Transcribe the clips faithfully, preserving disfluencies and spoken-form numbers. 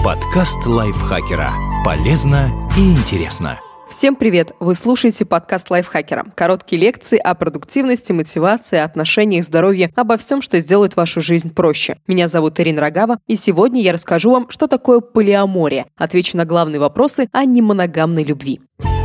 Подкаст лайфхакера. Полезно и интересно. Всем привет! Вы слушаете подкаст лайфхакера. Короткие лекции о продуктивности, мотивации, отношениях, здоровье, обо всем, что сделает вашу жизнь проще. Меня зовут Ирина Рогава, и сегодня я расскажу вам, что такое полиамория. Отвечу на главные вопросы о немоногамной любви.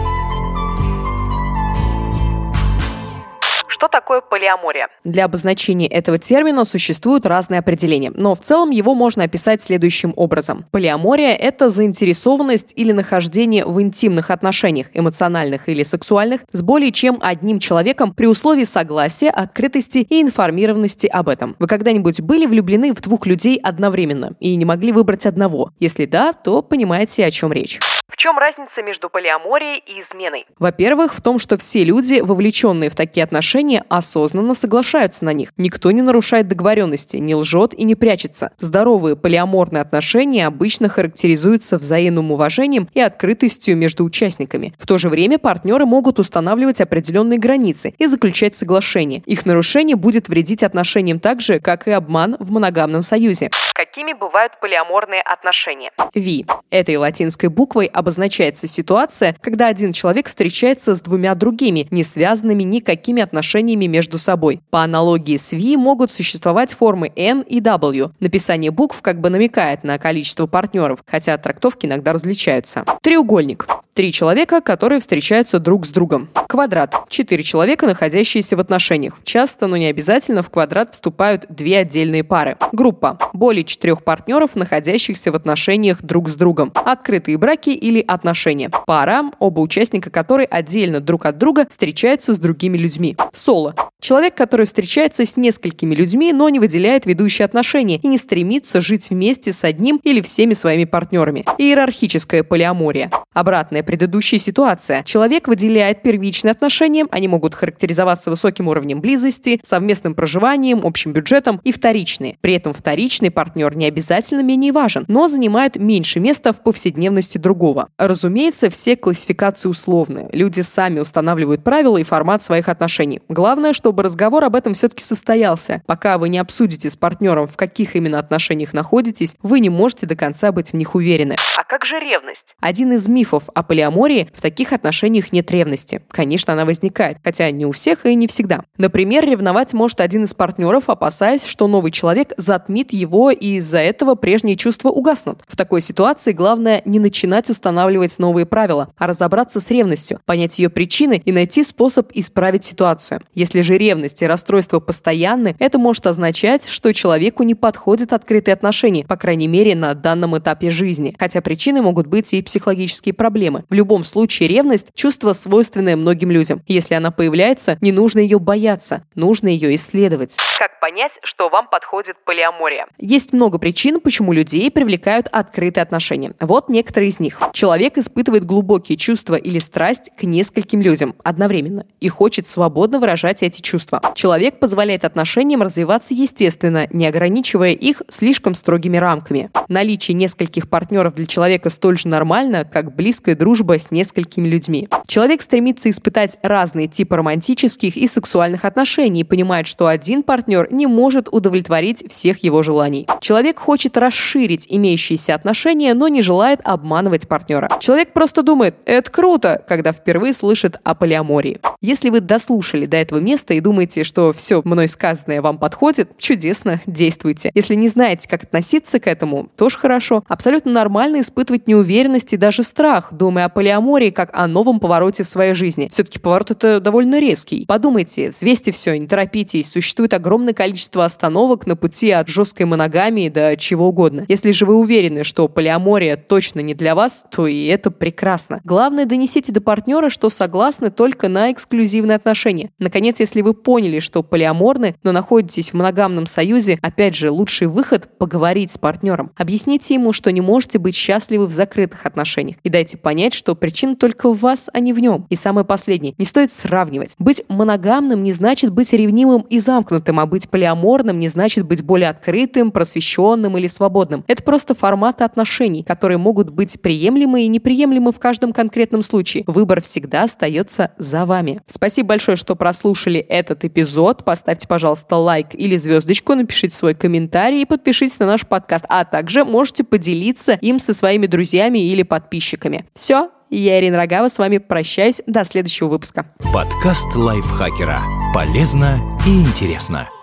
Что такое полиамория? Для обозначения этого термина существуют разные определения, но в целом его можно описать следующим образом. Полиамория – это заинтересованность или нахождение в интимных отношениях, эмоциональных или сексуальных, с более чем одним человеком при условии согласия, открытости и информированности об этом. Вы когда-нибудь были влюблены в двух людей одновременно и не могли выбрать одного? Если да, то понимаете, о чем речь. В чем разница между полиаморией и изменой? Во-первых, в том, что все люди, вовлеченные в такие отношения, осознанно соглашаются на них. Никто не нарушает договоренности, не лжет и не прячется. Здоровые полиаморные отношения обычно характеризуются взаимным уважением и открытостью между участниками. В то же время партнеры могут устанавливать определенные границы и заключать соглашения. Их нарушение будет вредить отношениям так же, как и обман в моногамном союзе. Какими бывают полиаморные отношения? Ви. Этой латинской буквой обозначается ситуация, когда один человек встречается с двумя другими, не связанными никакими отношениями между собой. По аналогии с Ви могут существовать формы N и W. Написание букв как бы намекает на количество партнеров, хотя трактовки иногда различаются. Треугольник. Три человека, которые встречаются друг с другом. Квадрат. Четыре человека, находящиеся в отношениях. Часто, но не обязательно, в квадрат вступают две отдельные пары. Группа. Более четырех партнеров, находящихся в отношениях друг с другом. Открытые браки или отношения. Пара, оба участника которой отдельно друг от друга встречаются с другими людьми. Соло. Человек, который встречается с несколькими людьми, но не выделяет ведущие отношения и не стремится жить вместе с одним или всеми своими партнерами. Иерархическая полиамория. Обратная предыдущей ситуация. Человек выделяет первичные отношения, они могут характеризоваться высоким уровнем близости, совместным проживанием, общим бюджетом, и вторичные. При этом вторичный партнер не обязательно менее важен, но занимает меньше места в повседневности другого. Разумеется, все классификации условны. Люди сами устанавливают правила и формат своих отношений. Главное, чтобы разговор об этом все-таки состоялся. Пока вы не обсудите с партнером, в каких именно отношениях находитесь, вы не можете до конца быть в них уверены. А как же ревность? Один из мифов о полиамории: в таких отношениях нет ревности. Конечно, она возникает, хотя не у всех и не всегда. Например, ревновать может один из партнеров, опасаясь, что новый человек затмит его, и из-за этого прежние чувства угаснут. В такой ситуации главное не начинать устанавливать новые правила, а разобраться с ревностью, понять ее причины и найти способ исправить ситуацию. Если же ревность и расстройство постоянны, это может означать, что человеку не подходят открытые отношения, по крайней мере, на данном этапе жизни. Хотя причиной могут быть и психологические проблемы. В любом случае, ревность – чувство, свойственное многим людям. Если она появляется, не нужно ее бояться, нужно ее исследовать. Как понять, что вам подходит полиамория? Есть много причин, почему людей привлекают открытые отношения. Вот некоторые из них. Человек испытывает глубокие чувства или страсть к нескольким людям одновременно и хочет свободно выражать эти чувства. Человек позволяет отношениям развиваться естественно, не ограничивая их слишком строгими рамками. Наличие нескольких партнеров для человека столь же нормально, как близкая дружба с несколькими людьми. Человек стремится испытать разные типы романтических и сексуальных отношений и понимает, что один партнер не может удовлетворить всех его желаний. Человек хочет расширить имеющиеся отношения, но не желает обманывать партнера. Человек просто думает: это круто, когда впервые слышит о полиамории. Если вы дослушали до этого места и думаете, что все мной сказанное вам подходит, чудесно, действуйте. Если не знаете, как относиться к этому, тоже хорошо. Абсолютно нормально испытывать неуверенность и даже страх, думая о полиамории как о новом повороте в своей жизни. Все-таки поворот это довольно резкий. Подумайте, взвесьте все, не торопитесь. Существует огромное количество остановок на пути от жесткой моногамии до чего угодно. Если же вы уверены, что полиамория точно не для вас, то и это прекрасно. Главное, донесите до партнера, что согласны только на эксклюзивные отношения. Наконец, если вы поняли, что полиаморны, но находитесь в моногамном союзе, опять же, лучший выход – поговорить с партнером. Объясните ему, что не можете быть счастливы в закрытых отношениях, и дайте понять, понять, что причина только в вас, а не в нем. И самое последнее. Не стоит сравнивать. Быть моногамным не значит быть ревнивым и замкнутым, а быть полиаморным не значит быть более открытым, просвещенным или свободным. Это просто форматы отношений, которые могут быть приемлемы и неприемлемы в каждом конкретном случае. Выбор всегда остается за вами. Спасибо большое, что прослушали этот эпизод. Поставьте, пожалуйста, лайк или звездочку, напишите свой комментарий и подпишитесь на наш подкаст. А также можете поделиться им со своими друзьями или подписчиками. Все, я, Ирина Рогава, с вами прощаюсь. До следующего выпуска. Подкаст лайфхакера. Полезно и интересно.